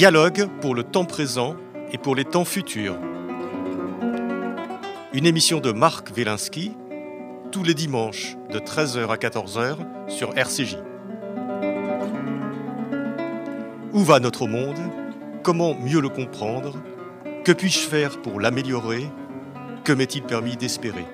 Dialogue pour le temps présent et pour les temps futurs. Une émission de Marc Wielinski, tous les dimanches de 13h à 14h sur RCJ. Où va notre monde? Comment mieux le comprendre? Que puis-je faire pour l'améliorer? Que m'est-il permis d'espérer?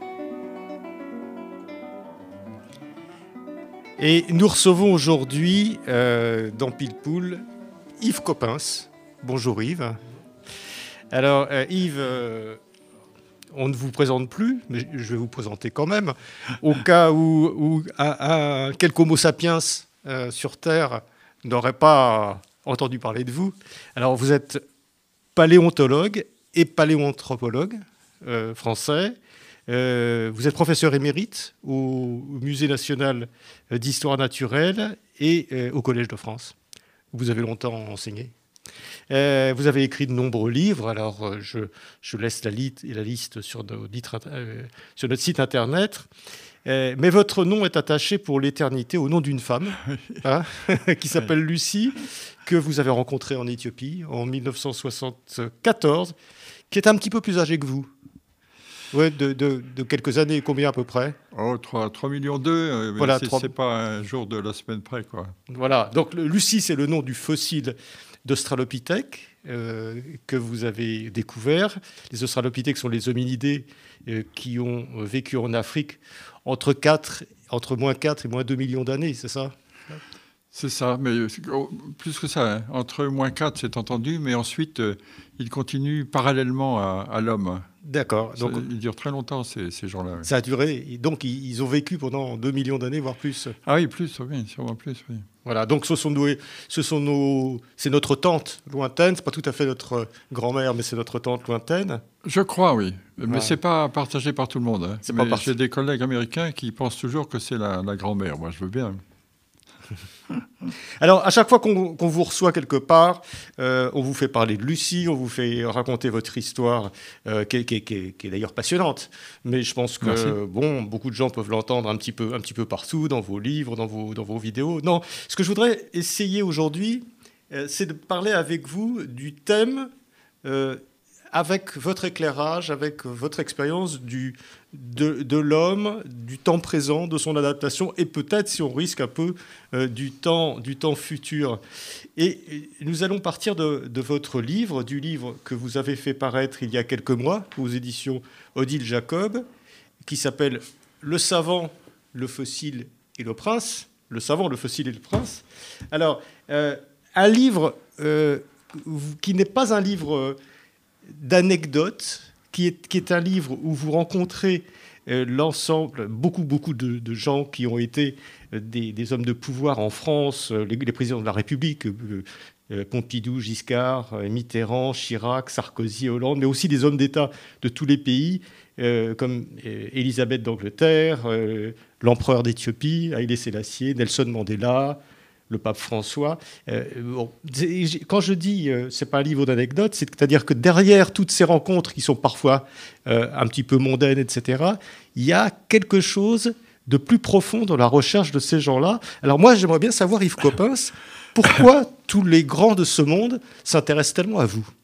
Et nous recevons aujourd'hui dans Pile-Poule Yves Coppens. Bonjour Yves. Alors Yves, on ne vous présente plus, mais je vais vous présenter quand même, au cas où quelques homo sapiens sur Terre n'auraient pas entendu parler de vous. Alors vous êtes paléontologue et paléoanthropologue français. Vous êtes professeur émérite au Musée national d'histoire naturelle et au Collège de France. Vous avez longtemps enseigné. Vous avez écrit de nombreux livres. Alors, je laisse la liste sur notre site internet. Mais votre nom est attaché pour l'éternité au nom d'une femme qui s'appelle Lucie, que vous avez rencontrée en Éthiopie en 1974, qui est un petit peu plus âgée que vous. Oui, de quelques années. Combien à peu près? 3 millions mais voilà, c'est pas un jour de la semaine près, quoi. Voilà, donc Lucie, c'est le nom du fossile d'Australopithèque que vous avez découvert. Les Australopithèques sont les hominidés qui ont vécu en Afrique entre moins 4 et moins 2 millions d'années, c'est ça? C'est ça, mais plus que ça. Entre moins 4, c'est entendu, mais ensuite, ils continuent parallèlement à l'homme. D'accord. Donc, ils durent très longtemps, ces gens-là. Oui. Ça a duré. Donc, ils ont vécu pendant 2 millions d'années, voire plus. Ah oui, plus, oui, sûrement plus, oui. Voilà, donc c'est notre tante lointaine. C'est pas tout à fait notre grand-mère, mais c'est notre tante lointaine. Je crois, oui. Mais c'est pas partagé par tout le monde. Hein. J'ai des collègues américains qui pensent toujours que c'est la grand-mère. Moi, je veux bien. Alors, à chaque fois qu'on vous reçoit quelque part, on vous fait parler de Lucie, on vous fait raconter votre histoire, qui est d'ailleurs passionnante. Mais je pense que beaucoup de gens peuvent l'entendre un petit peu partout, dans vos livres, dans vos vidéos. Non, ce que je voudrais essayer aujourd'hui, c'est de parler avec vous du thème, avec votre éclairage, avec votre expérience de l'homme, du temps présent, de son adaptation, et peut-être, si on risque un peu, du temps futur. Et nous allons partir de votre livre, du livre que vous avez fait paraître il y a quelques mois aux éditions Odile Jacob, qui s'appelle « Le savant, le fossile et le prince ». Le savant, le fossile et le prince. Alors, un livre qui n'est pas un livre d'anecdotes, qui est un livre où vous rencontrez l'ensemble, beaucoup de gens qui ont été des hommes de pouvoir en France, les présidents de la République, Pompidou, Giscard, Mitterrand, Chirac, Sarkozy, Hollande, mais aussi des hommes d'État de tous les pays, comme Élisabeth d'Angleterre, l'empereur d'Éthiopie, Haïlé Sélassié, Nelson Mandela, le pape François. Quand je dis c'est pas un livre d'anecdotes, c'est-à-dire que derrière toutes ces rencontres qui sont parfois un petit peu mondaines, etc., il y a quelque chose de plus profond dans la recherche de ces gens-là. Alors moi, j'aimerais bien savoir, Yves Coppens, pourquoi tous les grands de ce monde s'intéressent tellement à vous?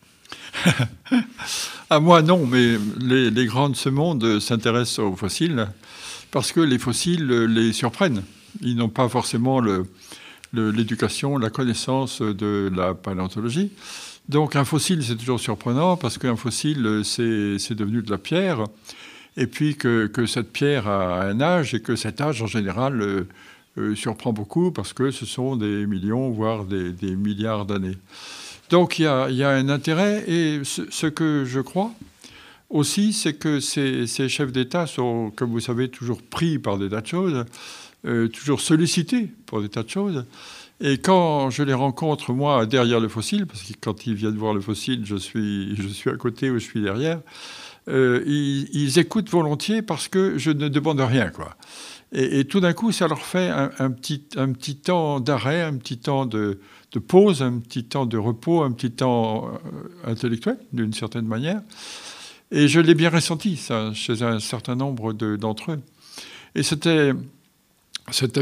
À moi, non, mais les grands de ce monde s'intéressent aux fossiles parce que les fossiles les surprennent. Ils n'ont pas forcément l'éducation, la connaissance de la paléontologie. Donc un fossile, c'est toujours surprenant parce qu'un fossile, c'est devenu de la pierre, et puis que cette pierre a un âge, et que cet âge, en général, surprend beaucoup parce que ce sont des millions, voire des milliards d'années. Donc il y a un intérêt, et ce que je crois aussi, c'est que ces chefs d'État sont, comme vous savez, toujours pris par des tas de choses, toujours sollicités pour des tas de choses. Et quand je les rencontre, moi, derrière le fossile, parce que quand ils viennent voir le fossile, je suis à côté ou je suis derrière, ils écoutent volontiers parce que je ne demande rien, quoi. Et tout d'un coup, ça leur fait un petit temps d'arrêt, un petit temps de pause, un petit temps de repos, un petit temps intellectuel, d'une certaine manière. Et je l'ai bien ressenti, ça, chez un certain nombre d'entre eux. Et c'était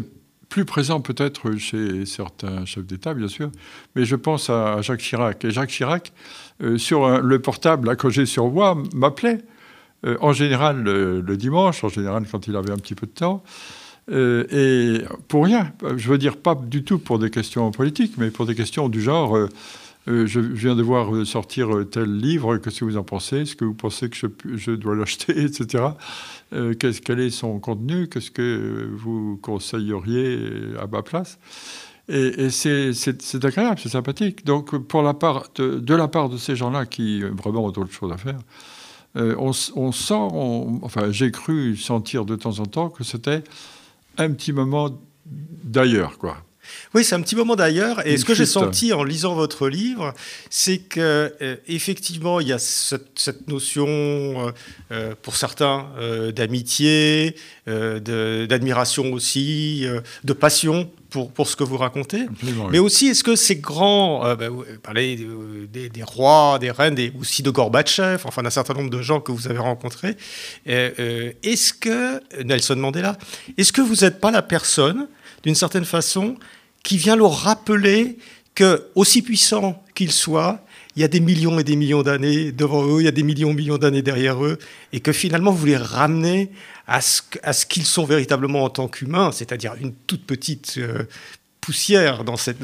plus présent peut-être chez certains chefs d'État, bien sûr, mais je pense à Jacques Chirac. Et Jacques Chirac, sur le portable, là, quand j'ai sur moi, m'appelait, en général le dimanche, en général quand il avait un petit peu de temps, et pour rien. Je veux dire, pas du tout pour des questions politiques, mais pour des questions du genre... je viens de voir sortir tel livre, qu'est-ce que vous en pensez? Est-ce que vous pensez que je dois l'acheter, etc. Quel est son contenu? Qu'est-ce que vous conseilleriez à ma place? Et c'est agréable, c'est sympathique. Donc, de la part de ces gens-là qui vraiment ont d'autres choses à faire, on sent, j'ai cru sentir de temps en temps que c'était un petit moment d'ailleurs, quoi. Oui, c'est un petit moment d'ailleurs. Et ce que j'ai senti en lisant votre livre, c'est que effectivement, il y a cette notion, pour certains, d'amitié, d'admiration aussi, de passion pour ce que vous racontez. Absolument, mais aussi, est-ce que ces grands, vous parlez des rois, des reines, aussi de Gorbatchev, enfin d'un certain nombre de gens que vous avez rencontrés, est-ce que, Nelson Mandela, est-ce que vous n'êtes pas la personne, d'une certaine façon, qui vient leur rappeler que, aussi puissant qu'ils soient, il y a des millions et des millions d'années devant eux, il y a des millions et millions d'années derrière eux, et que finalement vous les ramenez à ce qu'ils sont véritablement en tant qu'humains, c'est-à-dire une toute petite poussière dans cette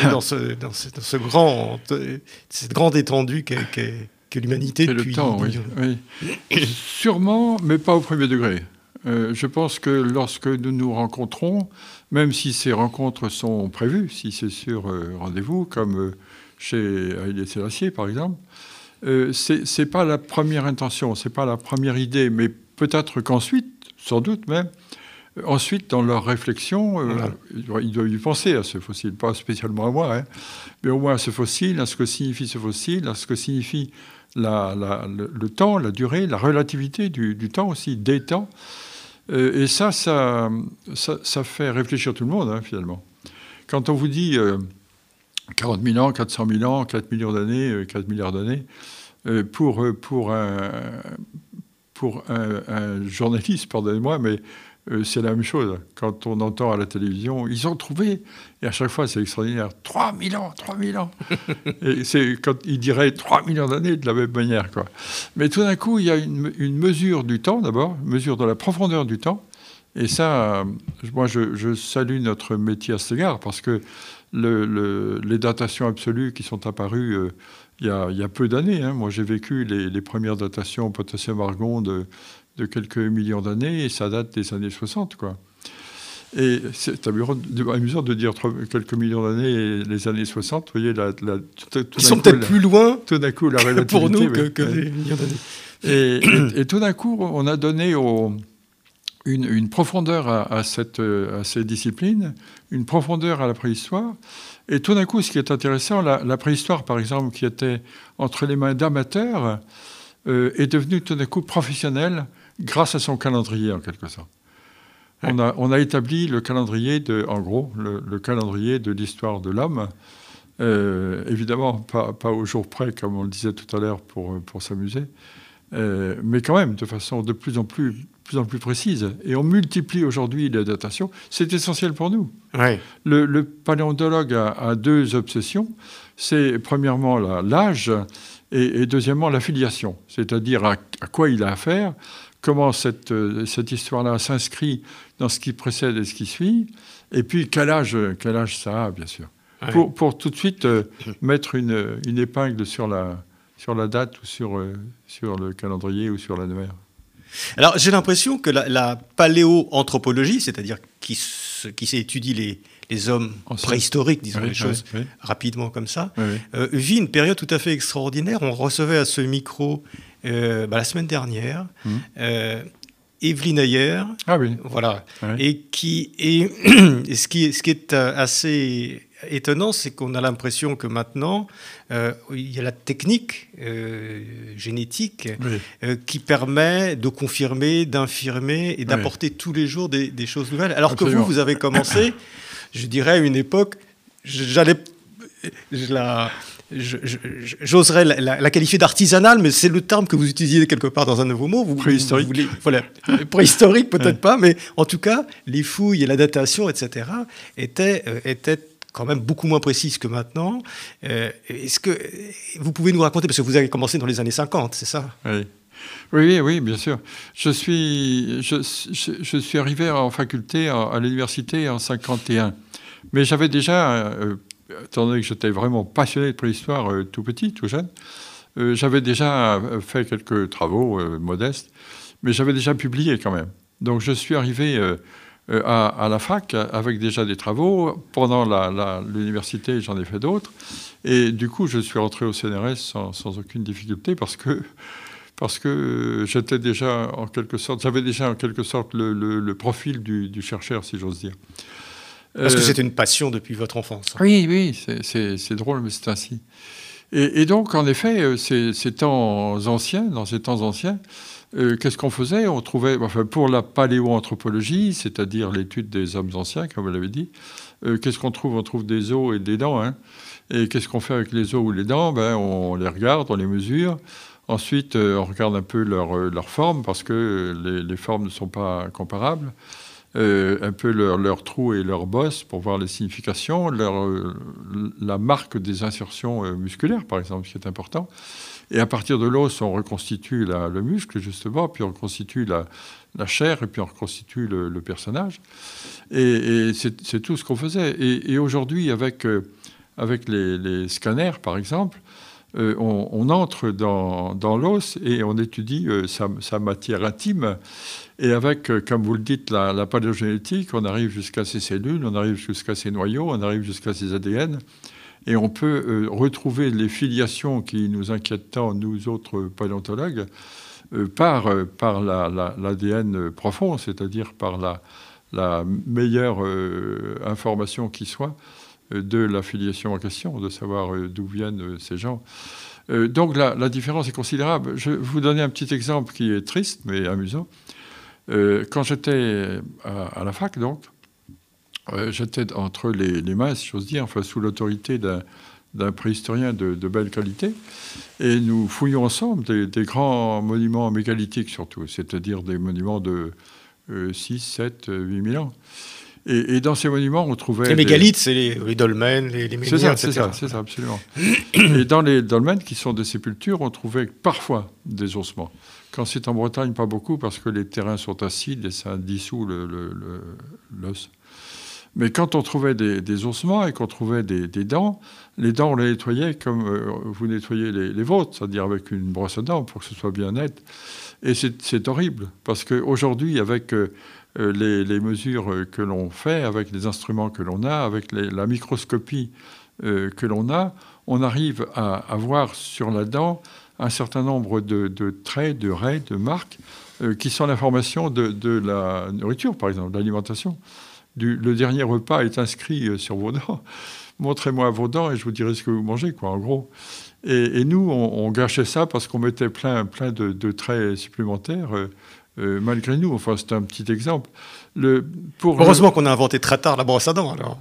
grande étendue qu'est l'humanité depuis le temps, oui. Sûrement, mais pas au premier degré. Je pense que lorsque nous nous rencontrons, même si ces rencontres sont prévues, si c'est sur rendez-vous, comme chez Haïlé Sélassié par exemple, c'est pas la première intention, c'est pas la première idée, mais peut-être qu'ensuite, sans doute même, ensuite dans leur réflexion, ils doivent y penser à ce fossile, pas spécialement à moi, mais au moins à ce fossile, à ce que signifie ce fossile, à ce que signifie le temps, la durée, la relativité du temps aussi, des temps. Et ça fait réfléchir tout le monde, finalement. Quand on vous dit 40 000 ans, 400 000 ans, 4 millions d'années, 4 milliards d'années, pour un journaliste, pardonnez-moi, mais c'est la même chose. Quand on entend à la télévision, ils ont trouvé, et à chaque fois c'est extraordinaire, 3 000 ans, 3 000 ans. Et c'est quand ils diraient 3 millions d'années de la même manière, quoi. Mais tout d'un coup, il y a une mesure du temps, d'abord, une mesure de la profondeur du temps. Et ça, moi, je salue notre métier à cet égard, parce que les datations absolues qui sont apparues il y a peu d'années, moi j'ai vécu les premières datations potassium-argon de quelques millions d'années, et ça date des années 60, quoi. Et c'est amusant de dire quelques millions d'années et les années 60, vous voyez, ils sont peut-être plus loin tout d'un coup, la relativité, pour nous que des millions d'années. Et tout d'un coup, on a donné une profondeur à ces disciplines, une profondeur à la préhistoire. Et tout d'un coup, ce qui est intéressant, la préhistoire, par exemple, qui était entre les mains d'amateurs, est devenue tout d'un coup professionnelle grâce à son calendrier, en quelque sorte. Ouais. On a établi le calendrier en gros, le calendrier de l'histoire de l'homme. Évidemment, pas au jour près, comme on le disait tout à l'heure, pour s'amuser, mais quand même de façon de plus en plus précise. Et on multiplie aujourd'hui les datations. C'est essentiel pour nous. Ouais. Le paléontologue a deux obsessions. C'est premièrement l'âge et deuxièmement la filiation, c'est-à-dire à quoi il a affaire, comment cette histoire-là s'inscrit dans ce qui précède et ce qui suit, et puis quel âge ça a, bien sûr. Ouais. Pour tout de suite mettre une épingle sur la date ou sur le calendrier ou sur l'annuaire. Alors, j'ai l'impression que la paléoanthropologie, c'est-à-dire qui étudie les hommes préhistoriques, disons les choses rapidement comme ça, vit une période tout à fait extraordinaire. On recevait à ce micro la semaine dernière Evelyne Ayer, voilà, et ce qui est assez étonnant, c'est qu'on a l'impression que maintenant, il y a la technique génétique qui permet de confirmer, d'infirmer et d'apporter tous les jours des choses nouvelles. Alors Absolument. Que vous avez commencé, je dirais, à une époque, j'oserais la qualifier d'artisanale, mais c'est le terme que vous utilisez quelque part dans un nouveau mot. Préhistorique. Voilà, préhistorique peut-être pas, mais en tout cas, les fouilles et la datation, etc., étaient quand même beaucoup moins précises que maintenant. Est-ce que vous pouvez nous raconter, parce que vous avez commencé dans les années 50, c'est ça? Oui, bien sûr. Je suis arrivé en faculté à l'université en 51. Mais j'avais déjà, étant donné que j'étais vraiment passionné de préhistoire tout petit, tout jeune, j'avais déjà fait quelques travaux modestes, mais j'avais déjà publié quand même. Donc je suis arrivé à la fac avec déjà des travaux. Pendant l'université, j'en ai fait d'autres. Et du coup, je suis rentré au CNRS sans aucune difficulté parce que j'étais déjà en quelque sorte, j'avais déjà en quelque sorte le profil du chercheur, si j'ose dire. Parce que c'est une passion depuis votre enfance. Oui, c'est drôle, mais c'est ainsi. Et donc, en effet, dans ces temps anciens, qu'est-ce qu'on faisait? On trouvait, pour la paléoanthropologie, c'est-à-dire l'étude des hommes anciens, comme vous l'avez dit, qu'est-ce qu'on trouve? On trouve des os et des dents. Hein. Et qu'est-ce qu'on fait avec les os ou les dents? On les regarde, on les mesure. Ensuite, on regarde un peu leur forme, parce que les formes ne sont pas comparables. Un peu leur trou et leur bosse pour voir les significations, la marque des insertions musculaires, par exemple, ce qui est important. Et à partir de l'os, on reconstitue le muscle, justement, puis on reconstitue la chair, et puis on reconstitue le personnage. Et c'est tout ce qu'on faisait. Et aujourd'hui, avec les scanners, par exemple, on entre dans l'os et on étudie sa matière intime. Et avec, comme vous le dites, la paléogénétique, on arrive jusqu'à ces cellules, on arrive jusqu'à ces noyaux, on arrive jusqu'à ces ADN. Et on peut retrouver les filiations qui nous inquiètent tant, nous autres paléontologues, par l'ADN profond, c'est-à-dire par la meilleure information qui soit de la filiation en question, de savoir d'où viennent ces gens. Donc la différence est considérable. Je vais vous donner un petit exemple qui est triste, mais amusant. Quand j'étais à la fac, donc, j'étais entre les mains, si j'ose dire, sous l'autorité d'un préhistorien de belle qualité, et nous fouillions ensemble des grands monuments mégalithiques surtout, c'est-à-dire des monuments de 6, 7, 8 000 ans. Et dans ces monuments, on trouvait... Les mégalithes, c'est les dolmens, les menhirs, etc. C'est ça, absolument. Et dans les dolmens, qui sont des sépultures, on trouvait parfois des ossements. Quand c'est en Bretagne, pas beaucoup, parce que les terrains sont acides et ça dissout l'os. Mais quand on trouvait des ossements et qu'on trouvait des dents, les dents, on les nettoyait comme vous nettoyez les vôtres, c'est-à-dire avec une brosse à dents pour que ce soit bien net. Et c'est horrible, parce qu'aujourd'hui, avec les mesures que l'on fait, avec les instruments que l'on a, avec la microscopie que l'on a, on arrive à voir sur la dent un certain nombre de traits, de raies, de marques, qui sont l'information de la nourriture, par exemple, de l'alimentation. Le dernier repas est inscrit sur vos dents. Montrez-moi vos dents et je vous dirai ce que vous mangez, quoi, en gros. Et nous, on gâchait ça parce qu'on mettait plein de traits supplémentaires, malgré nous. Enfin, c'est un petit exemple. Heureusement qu'on a inventé très tard la brosse à dents, alors.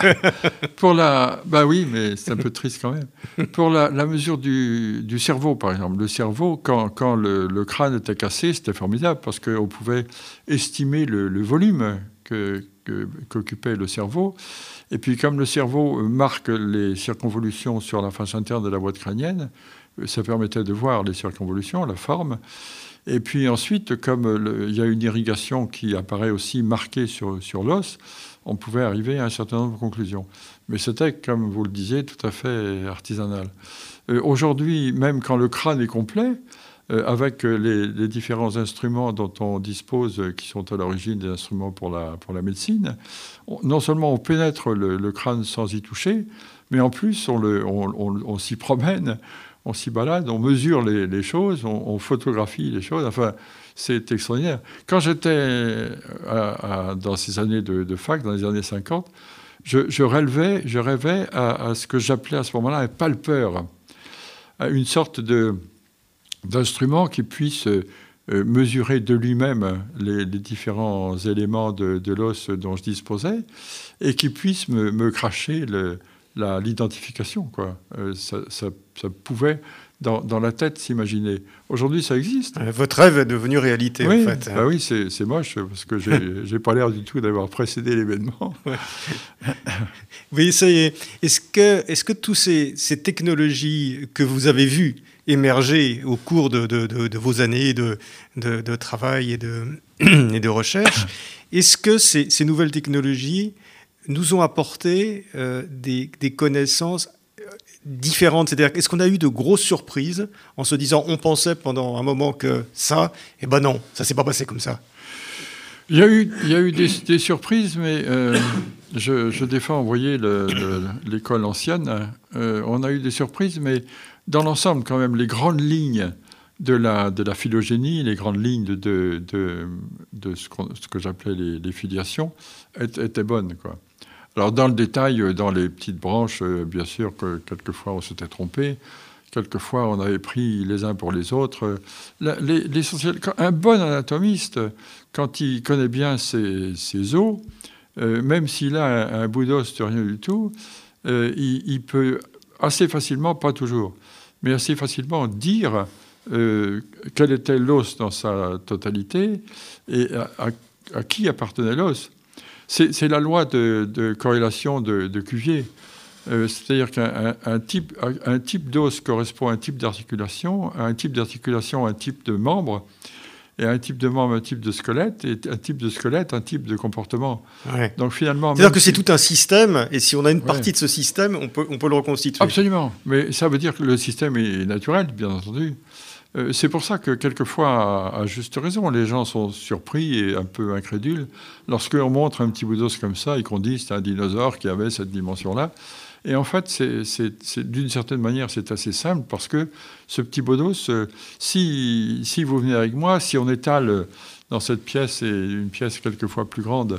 Bah oui, mais c'est un peu triste quand même. Pour la mesure du cerveau, par exemple. Le cerveau, quand le crâne était cassé, c'était formidable parce qu'on pouvait estimer le volume qu'occupait le cerveau. Et puis, comme le cerveau marque les circonvolutions sur la face interne de la boîte crânienne, ça permettait de voir les circonvolutions, la forme. Et puis ensuite, comme il y a une irrigation qui apparaît aussi marquée sur l'os, on pouvait arriver à un certain nombre de conclusions. Mais c'était, comme vous le disiez, tout à fait artisanal. Aujourd'hui, même quand le crâne est complet, avec les différents instruments dont on dispose, qui sont à l'origine des instruments pour la médecine, non seulement on pénètre le crâne sans y toucher, mais en plus on s'y promène, on s'y balade, on mesure les choses, on photographie les choses. Enfin, c'est extraordinaire. Quand j'étais dans ces années de fac, dans les années 50, je rêvais à ce que j'appelais à ce moment-là un palpeur, une sorte d'instrument qui puisse mesurer de lui-même les différents éléments de l'os dont je disposais et qui puisse me cracher l'identification, quoi. Ça pouvait, dans la tête, s'imaginer. Aujourd'hui, ça existe. Votre rêve est devenu réalité, oui, en fait. Bah oui, c'est moche, parce que j'ai pas l'air du tout d'avoir précédé l'événement. Ouais. Oui, ça y est. Est-ce que toutes ces technologies que vous avez vues émerger au cours de vos années de travail et de recherche, est-ce que ces nouvelles technologies nous ont apporté des connaissances différentes? C'est-à-dire, est-ce qu'on a eu de grosses surprises en se disant, on pensait pendant un moment que ça, et ben non, ça s'est pas passé comme ça? Il y a eu des surprises, mais je défends, vous voyez, l'école ancienne. On a eu des surprises, mais dans l'ensemble, quand même, les grandes lignes de la phylogénie, les grandes lignes de ce que j'appelais les filiations, étaient bonnes, quoi. Alors, dans le détail, dans les petites branches, bien sûr que quelquefois on s'était trompé, quelquefois on avait pris les uns pour les autres. L'essentiel, un bon anatomiste, quand il connaît bien ses os, même s'il a un bout d'os de rien du tout, il peut assez facilement, pas toujours, mais assez facilement dire quel était l'os dans sa totalité et à qui appartenait l'os. C'est la loi de corrélation de Cuvier. C'est-à-dire qu'un type d'os correspond à un type d'articulation, à un type d'articulation, un type de membre, et à un type de membre, un type de squelette, et un type de squelette, un type de comportement. Ouais. Donc finalement, c'est-à-dire que c'est tout un système, et si on a une partie de ce système, on peut le reconstituer. Absolument, mais ça veut dire que le système est naturel, bien entendu. C'est pour ça que quelquefois, à juste raison, les gens sont surpris et un peu incrédules lorsqu'on montre un petit bout d'os comme ça et qu'on dit que c'est un dinosaure qui avait cette dimension-là. Et en fait, d'une certaine manière, c'est assez simple parce que ce petit bout d'os, si vous venez avec moi, si on étale dans cette pièce et une pièce quelquefois plus grande,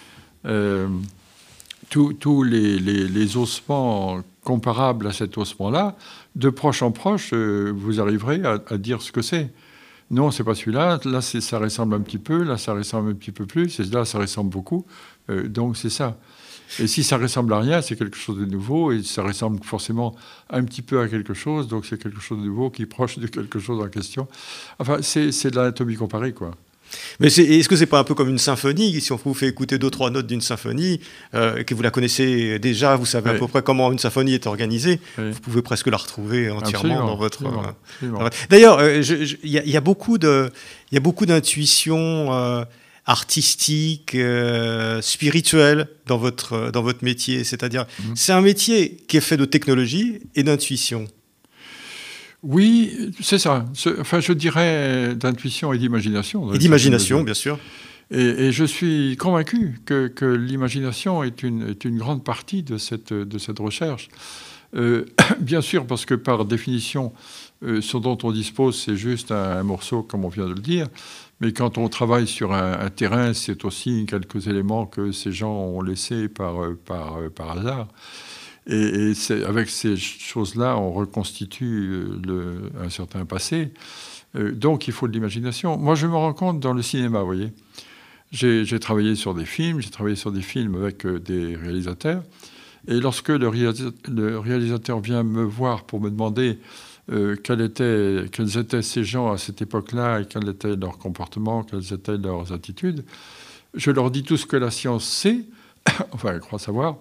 tous les ossements comparables à cet ossement-là, de proche en proche, vous arriverez à dire ce que c'est. Non, c'est pas celui-là. Là, ça ressemble un petit peu. Là, ça ressemble un petit peu plus. Là, ça ressemble beaucoup. Donc, c'est ça. Et si ça ressemble à rien, c'est quelque chose de nouveau. Et ça ressemble forcément un petit peu à quelque chose. Donc, c'est quelque chose de nouveau qui est proche de quelque chose en question. Enfin, c'est de l'anatomie comparée, quoi. Mais est-ce que c'est pas un peu comme une symphonie? Si on vous fait écouter 2-3 notes d'une symphonie, que vous la connaissez déjà, vous savez à peu près comment une symphonie est organisée, vous pouvez presque la retrouver entièrement dans votre... D'ailleurs, il y a beaucoup d'intuition artistique, spirituelle dans votre métier. C'est-à-dire, c'est un métier qui est fait de technologie et d'intuition. Oui, c'est ça. Enfin, je dirais d'intuition et d'imagination. Et d'imagination, bien sûr. Et je suis convaincu que l'imagination est une grande partie de cette recherche. Bien sûr, parce que par définition, ce dont on dispose, c'est juste un morceau, comme on vient de le dire. Mais quand on travaille sur un terrain, c'est aussi quelques éléments que ces gens ont laissés par hasard. Et avec ces choses-là, on reconstitue un certain passé. Donc, il faut de l'imagination. Moi, je me rends compte dans le cinéma, vous voyez. J'ai travaillé sur des films, avec des réalisateurs. Et lorsque le réalisateur vient me voir pour me demander quels étaient ces gens à cette époque-là et quel était leur comportement, quelles étaient leurs attitudes, je leur dis tout ce que la science sait, enfin, elle croit savoir,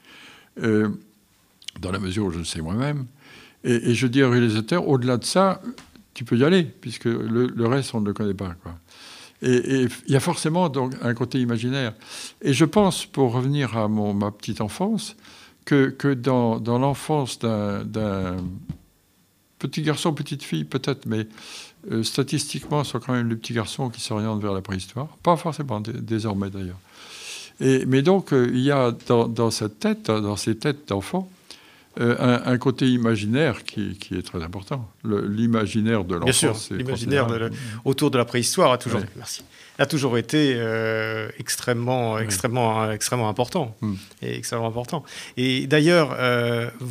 dans la mesure où je le sais moi-même. Et je dis au réalisateur, au-delà de ça, tu peux y aller, puisque le reste, on ne le connaît pas, quoi. Et il y a forcément donc un côté imaginaire. Et je pense, pour revenir à ma petite enfance, que dans l'enfance d'un petit garçon, petite fille peut-être, mais statistiquement, ce sont quand même les petits garçons qui s'orientent vers la préhistoire. Pas forcément, désormais d'ailleurs. Mais donc, il y a dans ces têtes d'enfants, un côté imaginaire qui est très important. L'imaginaire de l'enfant. Bien sûr, l'imaginaire autour de la préhistoire a toujours été extrêmement important. Et extrêmement important. Et d'ailleurs,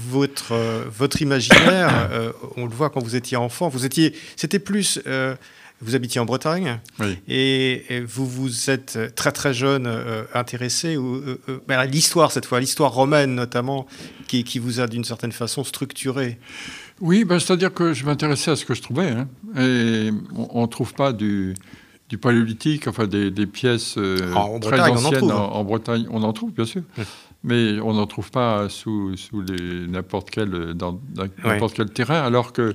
votre imaginaire, on le voit quand vous étiez enfant, c'était plus vous habitiez en Bretagne, oui. et vous vous êtes très très jeune intéressé à l'histoire cette fois, à l'histoire romaine notamment, qui vous a d'une certaine façon structuré. Oui, c'est-à-dire que je m'intéressais à ce que je trouvais. Hein, et on ne trouve pas du paléolithique, enfin des pièces très anciennes en Bretagne. On en trouve, bien sûr. Mais on n'en trouve pas sous n'importe quel terrain, alors que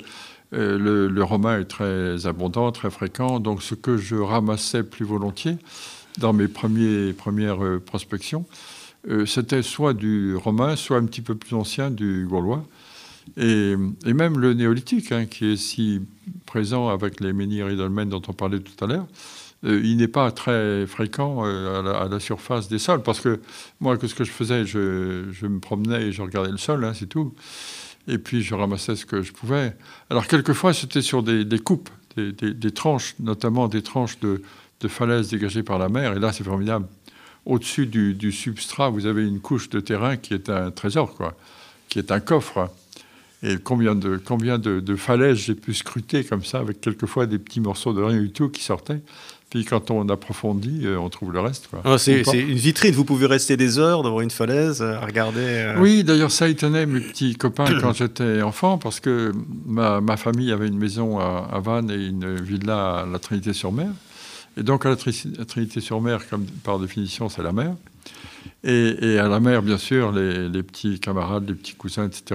le romain est très abondant, très fréquent. Donc ce que je ramassais plus volontiers dans mes premières prospections, c'était soit du romain, soit un petit peu plus ancien, du gaulois. Et même le néolithique, hein, qui est si présent avec les menhirs et dolmens dont on parlait tout à l'heure, il n'est pas très fréquent à la surface des sols. Parce que moi, ce que je faisais, je me promenais et je regardais le sol, hein, c'est tout. Et puis je ramassais ce que je pouvais. Alors quelquefois, c'était sur des coupes, des tranches, notamment des tranches de falaises dégagées par la mer. Et là, c'est formidable. Au-dessus du substrat, vous avez une couche de terrain qui est un trésor, quoi, qui est un coffre. Et combien de falaises j'ai pu scruter comme ça, avec quelquefois des petits morceaux de rien du tout qui sortaient. Puis quand on approfondit, on trouve le reste, quoi. Ah, c'est une vitrine, vous pouvez rester des heures devant une falaise à regarder. Oui, d'ailleurs ça étonnait mes petits copains quand j'étais enfant, parce que ma famille avait une maison à Vannes et une villa à la Trinité-sur-Mer. Et donc à la Trinité-sur-Mer, comme par définition, c'est la mer. Et à la mer, bien sûr, les petits camarades, les petits cousins, etc.,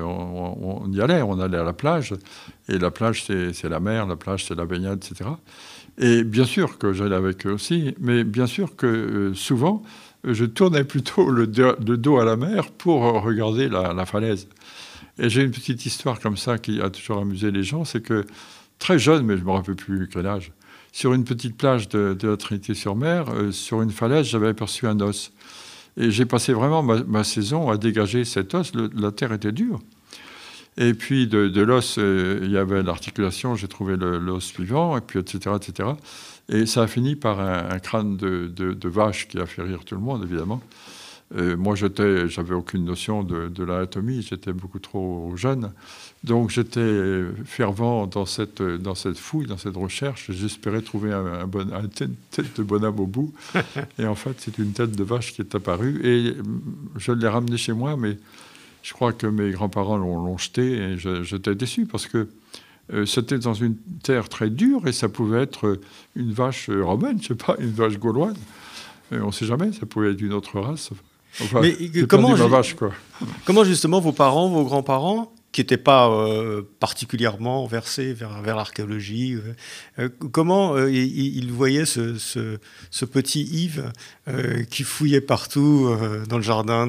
on y allait. On allait à la plage. Et la plage, c'est la mer. La plage, c'est la baignade, etc. Et bien sûr que j'allais avec eux aussi. Mais bien sûr que souvent, je tournais plutôt le dos à la mer pour regarder la falaise. Et j'ai une petite histoire comme ça qui a toujours amusé les gens. C'est que très jeune, mais je ne me rappelle plus quel âge, sur une petite plage de la Trinité-sur-Mer, sur une falaise, j'avais aperçu un os. Et j'ai passé vraiment ma saison à dégager cet os. La terre était dure. Et puis de l'os, il y avait l'articulation, j'ai trouvé l'os suivant, et puis etc., etc. Et ça a fini par un crâne de vache qui a fait rire tout le monde, évidemment. Moi, j'avais aucune notion de l'anatomie, j'étais beaucoup trop jeune. Donc j'étais fervent dans cette fouille, dans cette recherche. J'espérais trouver une tête de bonhomme au bout. Et en fait, c'est une tête de vache qui est apparue. Et je l'ai ramenée chez moi, mais je crois que mes grands-parents l'ont jeté. Et j'étais déçu parce que c'était dans une terre très dure et ça pouvait être une vache romaine, je ne sais pas, une vache gauloise. Et on ne sait jamais, ça pouvait être une autre race. Enfin, mais comment justement vos parents, vos grands-parents, qui n'étaient pas particulièrement versés vers l'archéologie, comment ils voyaient ce petit Yves qui fouillait partout dans le jardin,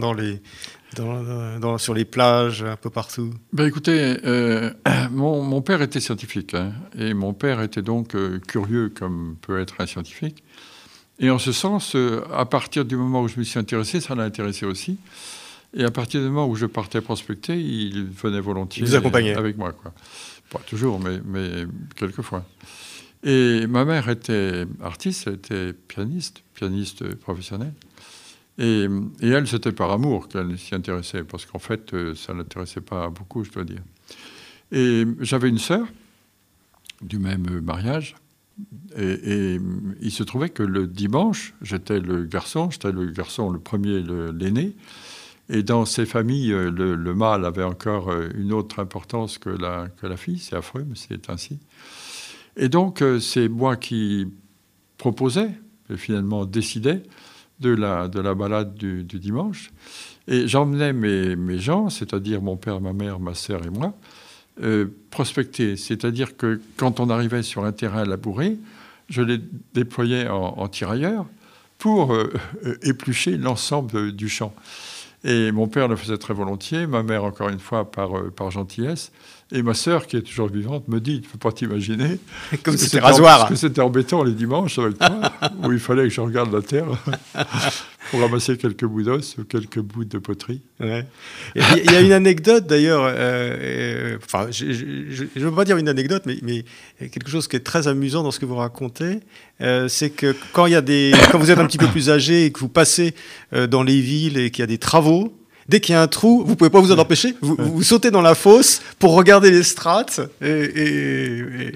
sur les plages, un peu partout? Écoutez, mon père était scientifique, hein, et mon père était donc curieux comme peut être un scientifique. Et en ce sens, à partir du moment où je me suis intéressé, ça l'a intéressé aussi. Et à partir du moment où je partais prospecter, il venait volontiers avec moi, quoi. Pas toujours, mais quelquefois. Et ma mère était artiste, elle était pianiste professionnelle. Et elle, c'était par amour qu'elle s'y intéressait, parce qu'en fait, ça ne l'intéressait pas beaucoup, je dois dire. Et j'avais une sœur du même mariage. Et il se trouvait que le dimanche, j'étais le garçon, le premier, l'aîné. Et dans ces familles, le mâle avait encore une autre importance que la fille. C'est affreux, mais c'est ainsi. Et donc, c'est moi qui proposais, et finalement décidais, de la balade du dimanche. Et j'emmenais mes gens, c'est-à-dire mon père, ma mère, ma sœur et moi, prospecter. C'est-à-dire que quand on arrivait sur un terrain labouré, je les déployais en tirailleurs pour éplucher l'ensemble du champ. Et mon père le faisait très volontiers, ma mère, encore une fois, par gentillesse. Et ma sœur, qui est toujours vivante, me dit, tu ne peux pas t'imaginer. Comme si c'était rasoir. Parce que c'était embêtant les dimanches avec toi, où il fallait que je regarde la terre pour ramasser quelques bouts d'os ou quelques bouts de poterie. Ouais. Il y a une anecdote, d'ailleurs, enfin, je ne veux pas dire une anecdote, mais quelque chose qui est très amusant dans ce que vous racontez, c'est que quand vous êtes un petit peu plus âgé et que vous passez dans les villes et qu'il y a des travaux, dès qu'il y a un trou, vous ne pouvez pas vous en empêcher. Vous sautez dans la fosse pour regarder les strates.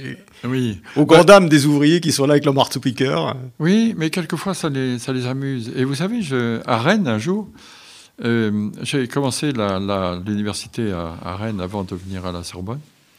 Oui. Aux grandes dames des ouvriers qui sont là avec leur marteau-piqueur. Oui, mais quelquefois, ça les amuse. Et vous savez, à Rennes, un jour, j'ai commencé l'université à Rennes avant de venir à la Sorbonne.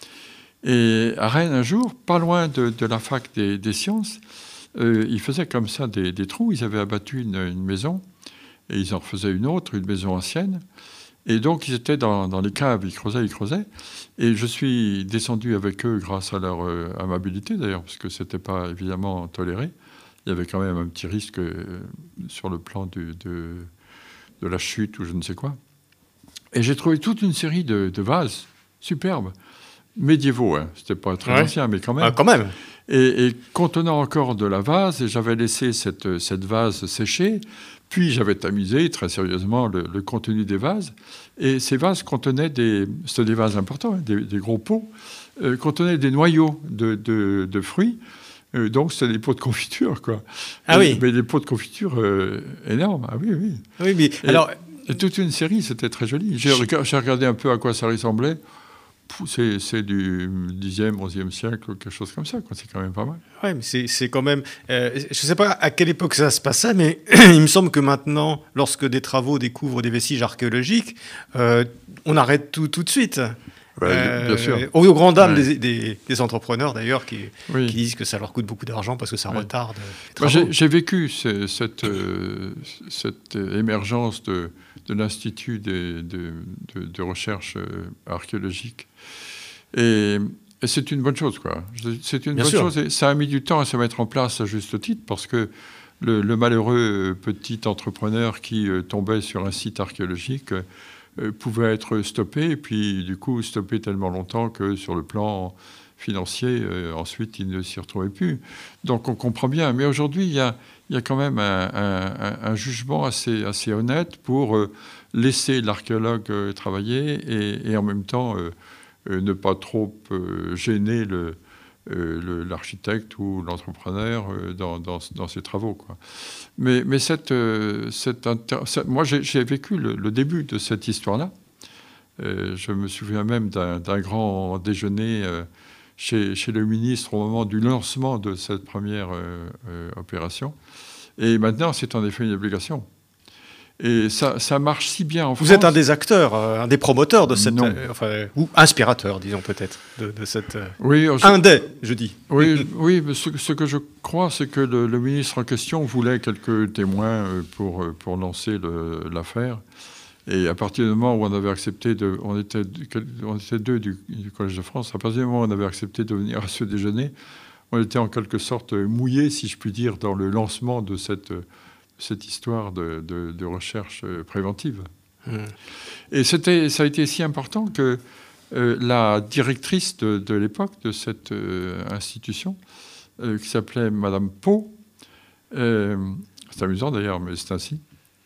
Et à Rennes, un jour, pas loin de la fac des sciences, ils faisaient comme ça des trous. Ils avaient abattu une maison et ils en refaisaient une autre, une maison ancienne. Et donc, ils étaient dans les caves, ils creusaient. Et je suis descendu avec eux grâce à leur amabilité, d'ailleurs, parce que ce n'était pas évidemment toléré. Il y avait quand même un petit risque sur le plan de la chute ou je ne sais quoi. Et j'ai trouvé toute une série de vases superbes, médiévaux. Hein. Ce n'était pas très ancien, mais quand même. Ah, quand même. Et contenant encore de la vase, et j'avais laissé cette vase sécher. Puis j'avais tamisé très sérieusement le contenu des vases. Et ces vases contenaient c'était des vases importants, hein, des gros pots, contenaient des noyaux de fruits. Donc c'était des pots de confiture, quoi. Ah oui. Mais des pots de confiture énormes. Ah oui, oui. Oui, mais alors. Et toute une série, c'était très joli. J'ai regardé un peu à quoi ça ressemblait. C'est du 10e, 11e siècle, quelque chose comme ça. C'est quand même pas mal. Oui, mais c'est quand même... je ne sais pas à quelle époque ça se passait, mais il me semble que maintenant, lorsque des travaux découvrent des vestiges archéologiques, on arrête tout de suite. Bien sûr. Aux grandes dames des entrepreneurs, d'ailleurs, qui disent que ça leur coûte beaucoup d'argent parce que ça retarde les travaux. J'ai vécu cette émergence de l'Institut de recherche archéologique. Et c'est une bonne chose, quoi. C'est une bonne chose. Et ça a mis du temps à se mettre en place à juste titre, parce que le malheureux petit entrepreneur qui tombait sur un site archéologique pouvait être stoppé, et puis du coup stoppé tellement longtemps que sur le plan financier, ensuite il ne s'y retrouvait plus. Donc on comprend bien. Mais aujourd'hui, il y a quand même un jugement assez honnête pour laisser l'archéologue travailler et en même temps ne pas trop gêner l'architecte ou l'entrepreneur dans ses travaux, quoi. Mais moi, j'ai vécu le début de cette histoire-là. Je me souviens même d'un grand déjeuner chez le ministre au moment du lancement de cette première opération. Et maintenant, c'est en effet une obligation. Et ça marche si bien en France. Vous êtes un des acteurs, un des promoteurs de cette... ou inspirateur, disons peut-être, de cette... un des, je dis. Oui, mais ce que je crois, c'est que le ministre en question voulait quelques témoins pour lancer l'affaire. Et à partir du moment où on avait accepté on était deux du Collège de France, à partir du moment où on avait accepté de venir à ce déjeuner, on était en quelque sorte mouillés, si je puis dire, dans le lancement de cette histoire de recherche préventive. Et ça a été si important que la directrice de l'époque de cette institution, qui s'appelait Madame Pau, c'est amusant d'ailleurs, mais c'est ainsi,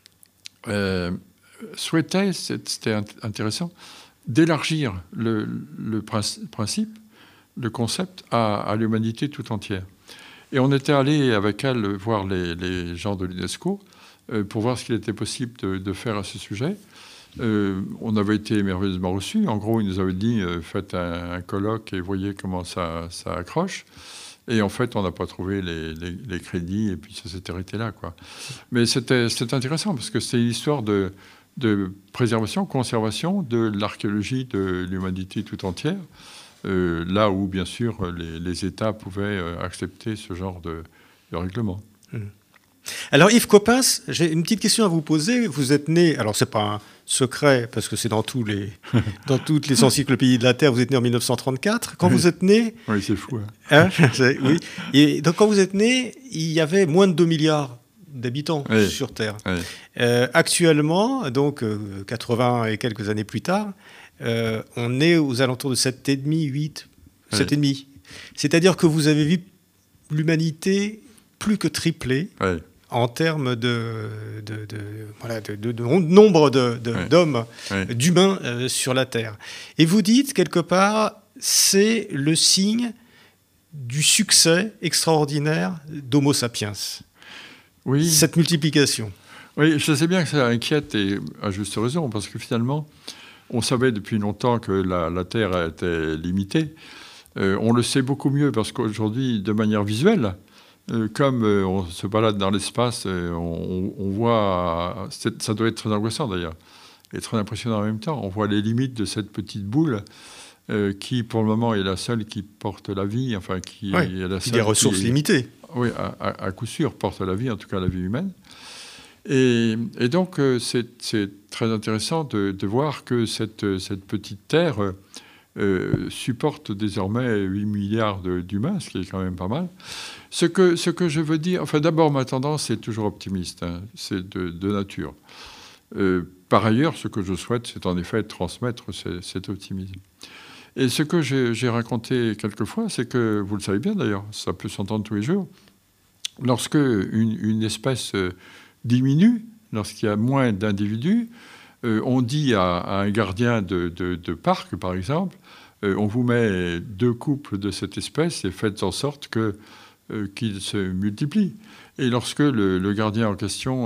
souhaitait, c'était intéressant, d'élargir le principe, le concept à l'humanité tout entière. Et on était allé avec elle voir les gens de l'UNESCO pour voir ce qu'il était possible de faire à ce sujet. On avait été merveilleusement reçus. En gros, ils nous avaient dit faites un colloque et voyez comment ça accroche. Et en fait, on n'a pas trouvé les crédits et puis ça s'est arrêté là, quoi. Mais c'était intéressant parce que c'est une histoire de préservation, conservation de l'archéologie de l'humanité tout entière. Là où, bien sûr, les États pouvaient accepter ce genre de règlement. Alors, Yves Coppens, j'ai une petite question à vous poser. Vous êtes né, alors c'est pas un secret, parce que c'est dans toutes les encyclopédies de la Terre, vous êtes né en 1934. Quand vous êtes né... Oui, c'est fou. Hein. Oui. Et donc, quand vous êtes né, il y avait moins de 2 milliards d'habitants sur Terre. Oui. Actuellement, donc 80 et quelques années plus tard, on est aux alentours de 7,5, 8, 7,5. C'est-à-dire que vous avez vu l'humanité plus que tripler en termes de nombre d'hommes, d'humains sur la Terre. Et vous dites, quelque part, c'est le signe du succès extraordinaire d'Homo sapiens. Oui. Cette multiplication. Oui, je sais bien que ça inquiète, et à juste raison, parce que finalement, on savait depuis longtemps que la Terre était limitée. On le sait beaucoup mieux parce qu'aujourd'hui, de manière visuelle, comme on se balade dans l'espace, on voit... Ça doit être très angoissant d'ailleurs, et très impressionnant en même temps. On voit les limites de cette petite boule qui, pour le moment, est la seule qui porte la vie, enfin, qui est la seule... Des ressources limitées. Oui, à coup sûr, porte la vie, en tout cas la vie humaine. Et donc, c'est très intéressant de voir que cette petite Terre supporte désormais 8 milliards d'humains, ce qui est quand même pas mal. Ce que je veux dire... Enfin, d'abord, ma tendance est toujours optimiste. Hein, c'est de nature. Par ailleurs, ce que je souhaite, c'est en effet de transmettre cet optimisme. Et ce que j'ai raconté quelquefois, c'est que, vous le savez bien d'ailleurs, ça peut s'entendre tous les jours, lorsque une espèce diminue, lorsqu'il y a moins d'individus, on dit à un gardien de parc, par exemple, on vous met 2 couples de cette espèce et faites en sorte qu'ils se multiplient. Et lorsque le gardien en question,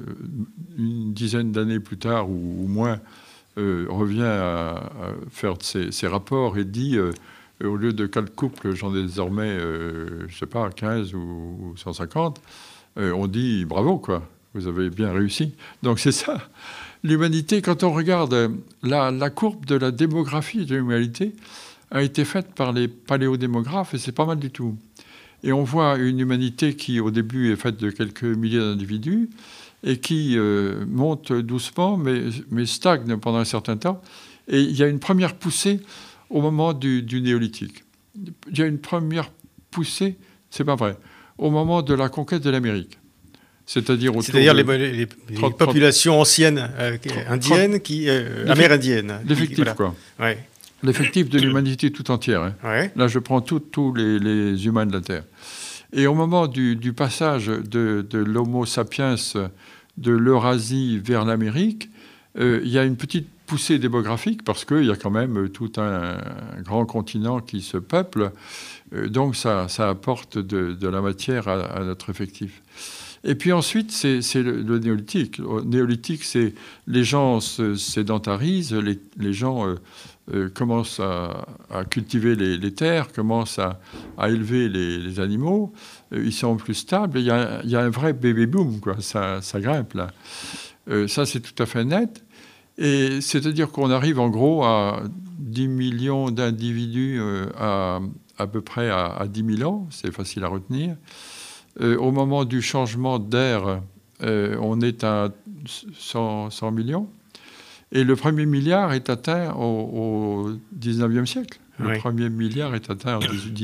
une dizaine d'années plus tard ou moins, revient à faire ses rapports et dit, au lieu de 4 couples, j'en ai désormais, je ne sais pas, 15 ou 150, on dit bravo, quoi, vous avez bien réussi. Donc c'est ça. L'humanité, quand on regarde la courbe de la démographie de l'humanité, a été faite par les paléodémographes et c'est pas mal du tout. Et on voit une humanité qui, au début, est faite de quelques milliers d'individus et qui monte doucement, mais stagne pendant un certain temps. Et il y a une première poussée au moment du néolithique. Il y a une première poussée, c'est pas vrai, au moment de la conquête de l'Amérique. C'est-à-dire les populations anciennes indiennes, amérindiennes. L'effectif, voilà. Quoi. Ouais. L'effectif de l'humanité tout entière. Hein. Ouais. Là, je prends tous les humains de la Terre. Et au moment du passage de l'Homo sapiens de l'Eurasie vers l'Amérique, il y a une petite poussée démographique parce qu'il y a quand même tout un grand continent qui se peuple. Donc, ça apporte de la matière à notre effectif. Et puis ensuite, c'est le néolithique. Le néolithique, c'est les gens se sédentarisent, les gens commencent à cultiver les terres, commencent à élever les animaux, ils sont plus stables. Il y a un vrai bébé-boom, quoi. Ça grimpe, là. Ça, c'est tout à fait net. Et c'est-à-dire qu'on arrive en gros à 10 millions d'individus à peu près à 10 000 ans. C'est facile à retenir. Au moment du changement d'ère, on est à 100 millions. Et le premier milliard est atteint au 19e siècle. Le premier milliard est atteint en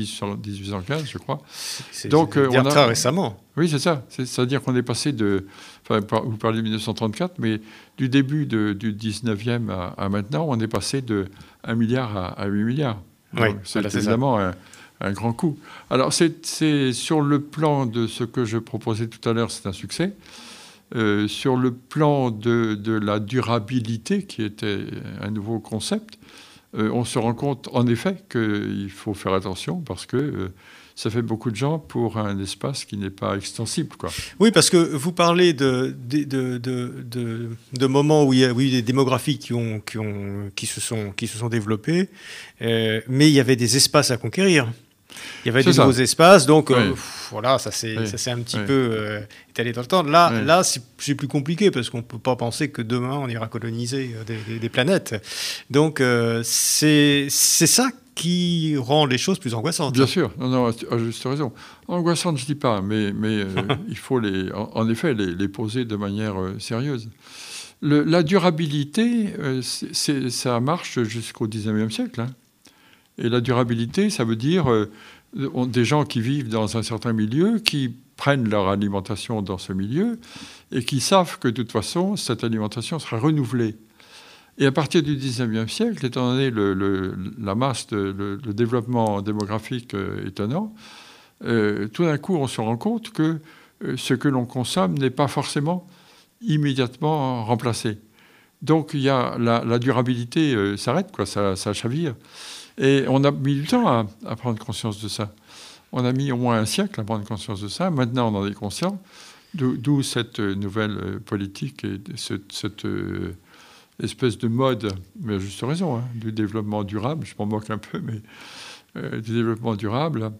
1815, je crois. Donc, on très récemment. Oui, c'est ça. C'est-à-dire qu'on est passé de... Enfin, vous parlez de 1934, mais du début du 19e à maintenant, on est passé de 1 milliard à 8 milliards. Donc, c'est évidemment un grand coup. Alors, c'est sur le plan de ce que je proposais tout à l'heure, c'est un succès. Sur le plan de la durabilité, qui était un nouveau concept, on se rend compte en effet qu'il faut faire attention parce que ça fait beaucoup de gens pour un espace qui n'est pas extensible, quoi. Oui, parce que vous parlez de moments où il y a eu des démographies qui se sont développées, mais il y avait des espaces à conquérir. Il y avait des nouveaux espaces, donc voilà, ça s'est un petit peu étalé dans le temps. Là, c'est plus compliqué parce qu'on ne peut pas penser que demain on ira coloniser des planètes. Donc c'est ça qui rend les choses plus angoissantes. Bien sûr, non, à juste raison. Angoissante, je ne dis pas, mais il faut en effet les poser de manière sérieuse. La durabilité, ça marche jusqu'au 19e siècle. Hein. Et la durabilité, ça veut dire des gens qui vivent dans un certain milieu, qui prennent leur alimentation dans ce milieu et qui savent que de toute façon, cette alimentation sera renouvelée. Et à partir du 19e siècle, étant donné la masse, le développement démographique étonnant, tout d'un coup, on se rend compte que ce que l'on consomme n'est pas forcément immédiatement remplacé. Donc, il y a la durabilité s'arrête, quoi, ça chavire. Et on a mis du temps à prendre conscience de ça. On a mis au moins un siècle à prendre conscience de ça. Maintenant, on en est conscient. D'où cette nouvelle politique et cette espèce de mode, mais à juste raison, hein, du développement durable. Je m'en moque un peu, mais du développement durable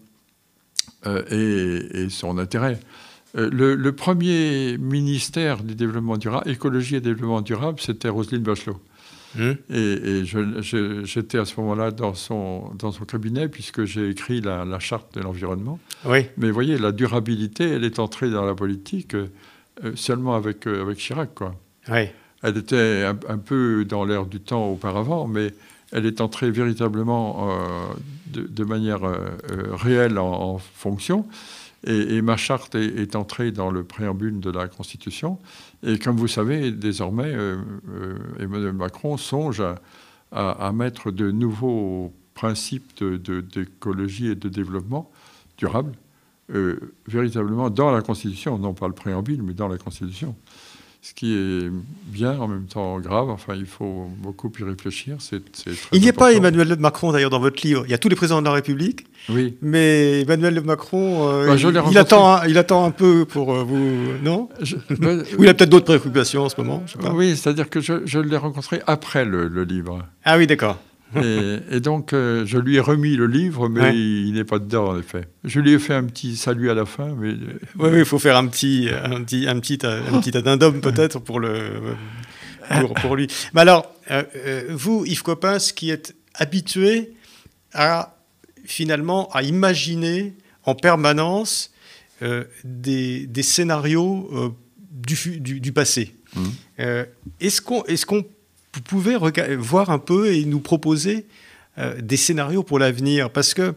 et son intérêt. Le premier ministère du développement durable, écologie et développement durable, c'était Roselyne Bachelot. Et j'étais à ce moment-là dans son cabinet, puisque j'ai écrit la charte de l'environnement. Oui. Mais vous voyez, la durabilité, elle est entrée dans la politique seulement avec Chirac, quoi. Oui. Elle était un peu dans l'air du temps auparavant, mais elle est entrée véritablement de manière réelle en fonction. Et ma charte est entrée dans le préambule de la Constitution. Et comme vous savez, désormais, Emmanuel Macron songe à mettre de nouveaux principes d'écologie et de développement durable véritablement dans la Constitution, non pas le préambule, mais dans la Constitution. Ce qui est bien, en même temps grave. Enfin, il faut beaucoup y réfléchir. Il n'y a pas Emmanuel Macron, d'ailleurs, dans votre livre. Il y a tous les présidents de la République. Oui. Mais Emmanuel Macron, il attend un peu pour vous, non Ou il a peut-être d'autres préoccupations en ce moment, je sais pas. Oui, c'est-à-dire que je l'ai rencontré après le livre. Ah oui, d'accord. Et donc, je lui ai remis le livre, mais il n'est pas dedans, en effet. Je lui ai fait un petit salut à la fin. Mais... Oui, il faut faire un petit addendum peut-être pour lui. Mais alors, vous, Yves Coppens, qui êtes habitué finalement à imaginer en permanence des scénarios du passé. Est-ce qu'on vous pouvez voir un peu et nous proposer des scénarios pour l'avenir? Parce que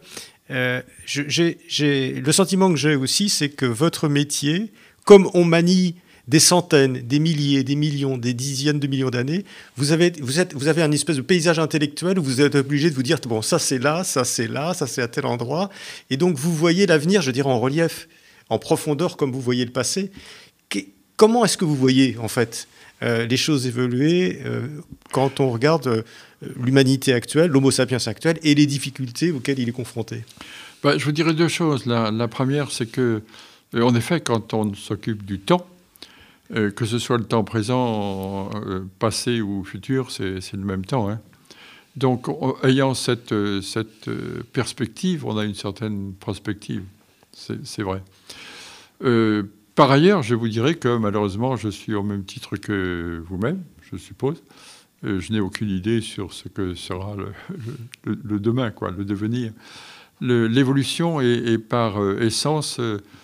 le sentiment que j'ai aussi, c'est que votre métier, comme on manie des centaines, des milliers, des millions, des dizaines de millions d'années, vous avez un espèce de paysage intellectuel où vous êtes obligé de vous dire, bon, ça c'est là, ça c'est là, ça c'est à tel endroit. Et donc vous voyez l'avenir, je dirais, en relief, en profondeur, comme vous voyez le passé. Comment est-ce que vous voyez, en fait, les choses évoluer quand on regarde l'humanité actuelle, l'homo sapiens actuel et les difficultés auxquelles il est confronté? Je vous dirais deux choses. La première, c'est que, en effet, quand on s'occupe du temps, que ce soit le temps présent, passé ou futur, c'est le même temps. Hein. Donc, ayant cette perspective, on a une certaine prospective. C'est vrai. Par ailleurs, je vous dirais que malheureusement, je suis au même titre que vous-même, je suppose. Je n'ai aucune idée sur ce que sera le demain, quoi, le devenir. L'évolution est par essence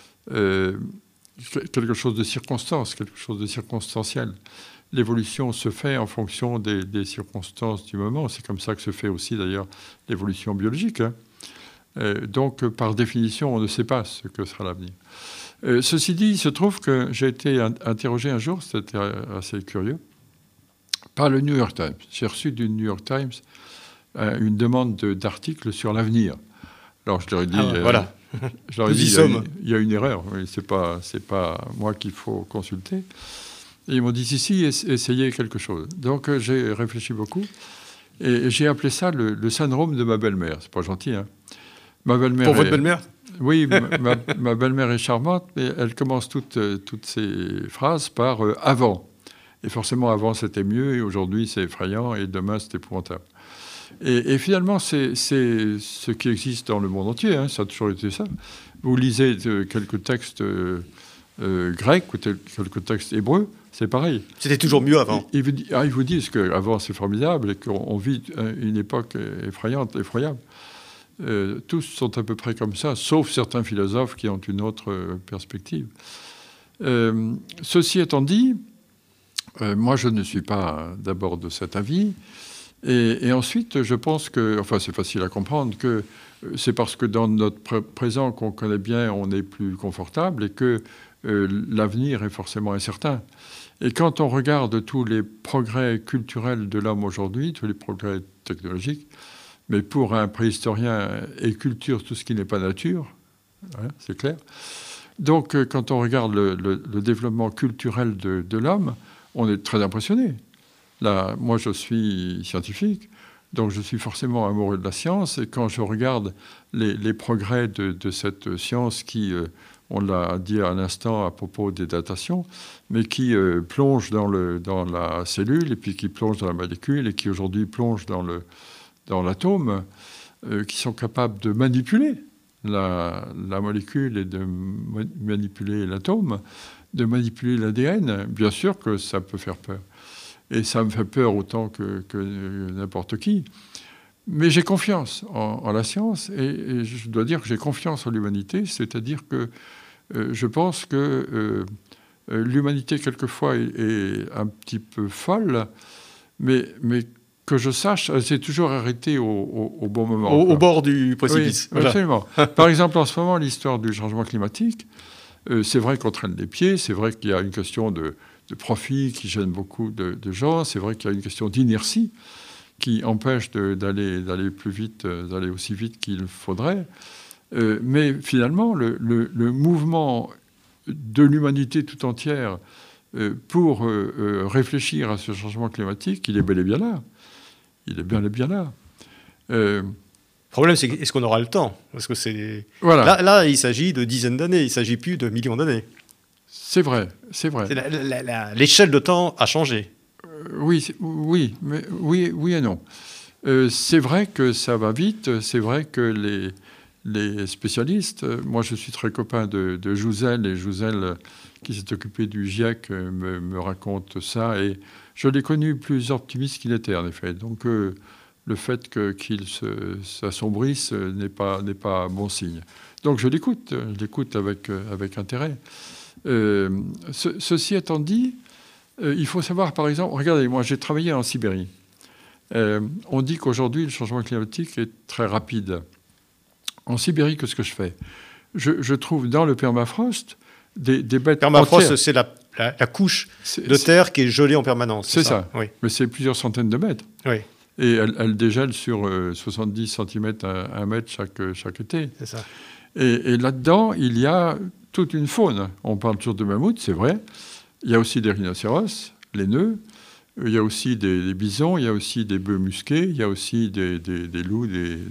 quelque chose de circonstance, quelque chose de circonstanciel. L'évolution se fait en fonction des circonstances du moment. C'est comme ça que se fait aussi, d'ailleurs, l'évolution biologique. Hein. Donc, par définition, on ne sait pas ce que sera l'avenir. Ceci dit, il se trouve que j'ai été interrogé un jour, c'était assez curieux, par le New York Times. J'ai reçu du New York Times une demande d'article sur l'avenir. Alors je leur ai dit, voilà. je leur ai dit il y a une erreur, c'est pas moi qu'il faut consulter. Et ils m'ont dit, si, essayez quelque chose. Donc j'ai réfléchi beaucoup et j'ai appelé ça le syndrome de ma belle-mère. C'est pas gentil, hein. Ma belle-mère Pour votre belle-mère? Oui, ma belle-mère est charmante, mais elle commence toutes ses phrases par « avant ». Et forcément, avant, c'était mieux, et aujourd'hui, c'est effrayant, et demain, c'est épouvantable. Et finalement, c'est ce qui existe dans le monde entier, hein, ça a toujours été ça. Vous lisez quelques textes grecs ou quelques textes hébreux, c'est pareil. C'était toujours mieux avant. Ils vous disent qu'avant, c'est formidable, et qu'on vit une époque effrayante, effroyable. Tous sont à peu près comme ça, sauf certains philosophes qui ont une autre perspective. Ceci étant dit, moi je ne suis pas d'abord de cet avis, et ensuite je pense que, enfin c'est facile à comprendre, que c'est parce que dans notre présent qu'on connaît bien, on est plus confortable et que l'avenir est forcément incertain. Et quand on regarde tous les progrès culturels de l'homme aujourd'hui, tous les progrès technologiques, mais pour un préhistorien et culture, tout ce qui n'est pas nature, hein, c'est clair. Donc, quand on regarde le développement culturel de l'homme, on est très impressionné. Là, moi, je suis scientifique, donc je suis forcément amoureux de la science. Et quand je regarde les progrès de cette science qui, on l'a dit à l'instant à propos des datations, mais qui plonge dans la cellule, et puis qui plonge dans la molécule, et qui aujourd'hui plonge dans l'atome, qui sont capables de manipuler la molécule et de manipuler l'atome, de manipuler l'ADN, bien sûr que ça peut faire peur. Et ça me fait peur autant que n'importe qui. Mais j'ai confiance en la science, et je dois dire que j'ai confiance en l'humanité, c'est-à-dire que je pense que l'humanité, quelquefois, est un petit peu folle, mais que je sache, elle s'est toujours arrêtée au bon moment. Au bord du précipice. Oui, absolument. Par exemple, en ce moment, l'histoire du changement climatique, c'est vrai qu'on traîne les pieds, c'est vrai qu'il y a une question de profit qui gêne beaucoup de gens, c'est vrai qu'il y a une question d'inertie qui empêche d'aller plus vite, d'aller aussi vite qu'il faudrait. Mais finalement, le mouvement de l'humanité tout entière pour réfléchir à ce changement climatique, il est bel et bien là. Il est bel et bien là. Le problème, c'est est-ce qu'on aura le temps ? Parce que c'est... Voilà. Là, il s'agit de dizaines d'années, il ne s'agit plus de millions d'années. C'est vrai, c'est vrai. L'échelle de temps a changé. Oui et non. C'est vrai que ça va vite, c'est vrai que les spécialistes, moi je suis très copain de Jouzel, et Jouzel, qui s'est occupé du GIEC, me raconte ça, et je l'ai connu plus optimiste qu'il était, en effet. Donc le fait qu'il s'assombrisse n'est pas bon signe. Donc je l'écoute avec intérêt. Ceci étant dit, il faut savoir, par exemple, regardez, moi j'ai travaillé en Sibérie. On dit qu'aujourd'hui, le changement climatique est très rapide. En Sibérie, qu'est-ce que je fais ? Je trouve dans le permafrost des bêtes permafrost, entières. C'est la couche de terre qui est gelée en permanence. C'est ça. Oui. Mais c'est plusieurs centaines de mètres. Oui. Et elle dégèle sur 70 cm à 1 mètre chaque été. C'est ça. Et là-dedans, il y a toute une faune. On parle toujours de mammouths, c'est vrai. Il y a aussi des rhinocéros, les nœuds. Il y a aussi des bisons, il y a aussi des bœufs musqués, il y a aussi des loups,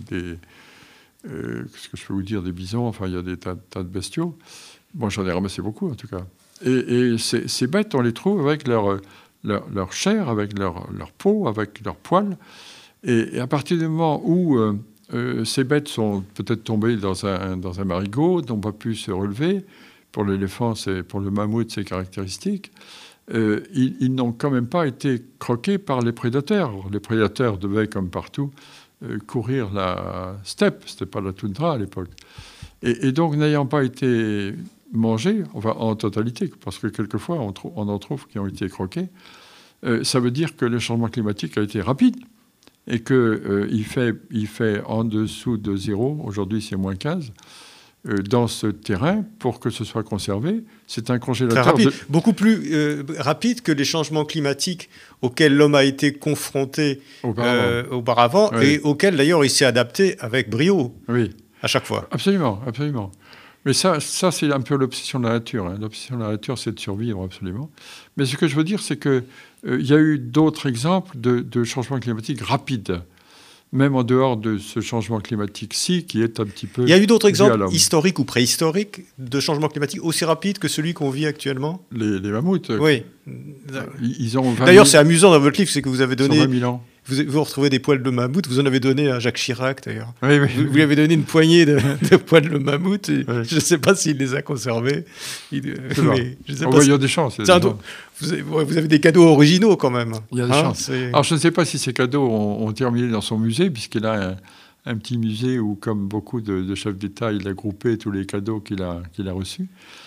qu'est-ce que je peux vous dire, des bisons, enfin il y a des tas de bestiaux. Moi j'en ai ramassé beaucoup en tout cas. Et ces bêtes, on les trouve avec leur chair, avec leur peau, avec leurs poils. Et à partir du moment où ces bêtes sont peut-être tombées dans un marigot, n'ont pas pu se relever, pour l'éléphant, pour le mammouth, c'est caractéristique, ils n'ont quand même pas été croqués par les prédateurs. Les prédateurs devaient, comme partout, courir la steppe. Ce n'était pas la toundra à l'époque. Et donc, n'ayant pas été mangés, enfin en totalité, parce que quelquefois, on en trouve qui ont été croqués, ça veut dire que le changement climatique a été rapide et qu'il fait en dessous de 0, aujourd'hui c'est moins 15, dans ce terrain pour que ce soit conservé. C'est un congélateur... Très rapide. Beaucoup plus rapide que les changements climatiques auxquels l'homme a été confronté auparavant oui. Et auxquels d'ailleurs il s'est adapté avec brio, oui. À chaque fois. Absolument, absolument. Mais ça c'est un peu l'obsession de la nature. Hein. L'obsession de la nature, c'est de survivre, absolument. Mais ce que je veux dire, c'est qu'il y a eu d'autres exemples de changements climatiques rapides, même en dehors de ce changement climatique-ci, qui est un petit peu... Il y a eu d'autres exemples historiques ou préhistoriques de changements climatiques aussi rapides que celui qu'on vit actuellement ? Les mammouths. Oui. Ils ont 20 D'ailleurs, c'est amusant dans votre livre, c'est que vous avez donné... 20 000 ans. Vous retrouvez des poils de mammouth, vous en avez donné à Jacques Chirac d'ailleurs. Oui. Vous lui avez donné une poignée de poils de mammouth, et je ne sais pas s'il les a conservés. Il y a des chances. Vous avez des cadeaux originaux quand même. Il y a des chances. Alors je ne sais pas si ces cadeaux ont terminé dans son musée, puisqu'il a un petit musée où, comme beaucoup de chefs d'État, il a groupé tous les cadeaux qu'il a reçus.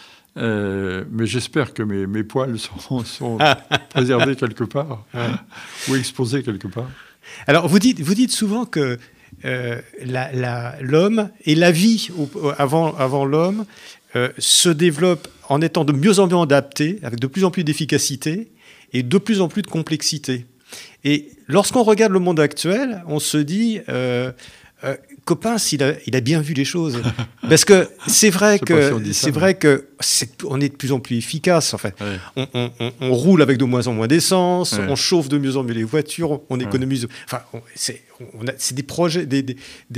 Mais j'espère que mes poils sont préservés quelque part, ou exposés quelque part. Alors, vous dites souvent que l'homme et la vie avant l'homme se développent en étant de mieux en mieux adaptés, avec de plus en plus d'efficacité et de plus en plus de complexité. Et lorsqu'on regarde le monde actuel, on se dit... Coppens, il a bien vu les choses. Parce que c'est vrai qu'on est de plus en plus efficace. En fait. Ouais. On roule avec de moins en moins d'essence, on chauffe de mieux en mieux les voitures, on économise. Enfin, c'est des projets, des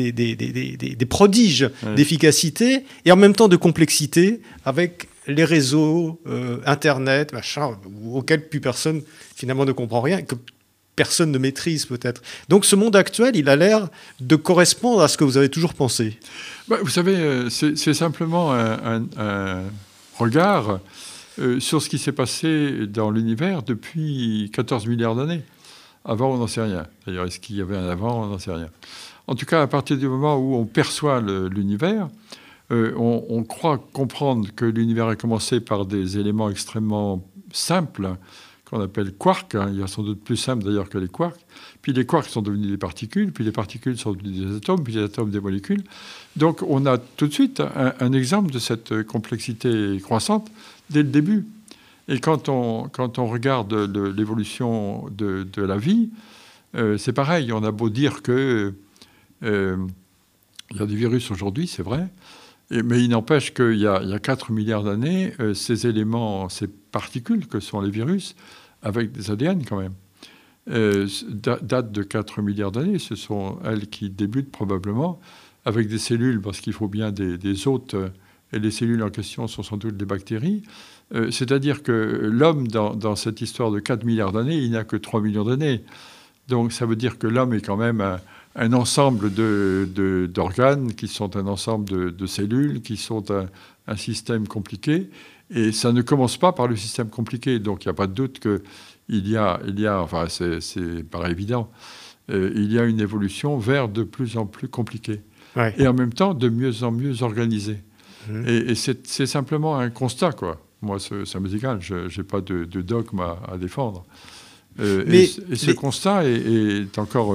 prodiges d'efficacité et en même temps de complexité avec les réseaux, Internet, machin, auxquels plus personne finalement ne comprend rien. personne ne maîtrise peut-être. Donc ce monde actuel, il a l'air de correspondre à ce que vous avez toujours pensé. Vous savez, c'est simplement un regard sur ce qui s'est passé dans l'univers depuis 14 milliards d'années. Avant, on n'en sait rien. D'ailleurs, est-ce qu'il y avait un avant? On n'en sait rien. En tout cas, à partir du moment où on perçoit l'univers, on croit comprendre que l'univers a commencé par des éléments extrêmement simples, qu'on appelle quarks. Il y a sans doute plus simple d'ailleurs que les quarks. Puis les quarks sont devenus des particules, puis les particules sont devenues des atomes, puis les atomes des molécules. Donc on a tout de suite un exemple de cette complexité croissante dès le début. Et quand on regarde l'évolution de la vie, c'est pareil. On a beau dire que il y a des virus aujourd'hui, c'est vrai, mais il n'empêche qu'il y a 4 milliards d'années, ces éléments, ces particules que sont les virus, avec des ADN quand même, datent de 4 milliards d'années. Ce sont elles qui débutent probablement avec des cellules, parce qu'il faut bien des hôtes, et les cellules en question sont sans doute des bactéries. C'est-à-dire que l'homme, dans cette histoire de 4 milliards d'années, il n'a que 3 millions d'années. Donc ça veut dire que l'homme est quand même un ensemble d'organes qui sont un ensemble de cellules, qui sont un système compliqué. Et ça ne commence pas par le système compliqué. Donc il n'y a pas de doute qu'il y a, enfin c'est paraît évident, il y a une évolution vers de plus en plus compliqué. Ouais. Et en même temps de mieux en mieux organisé. Et c'est simplement un constat, quoi. Moi, ça m'est égal, je n'ai pas de dogme à défendre. Ce constat est encore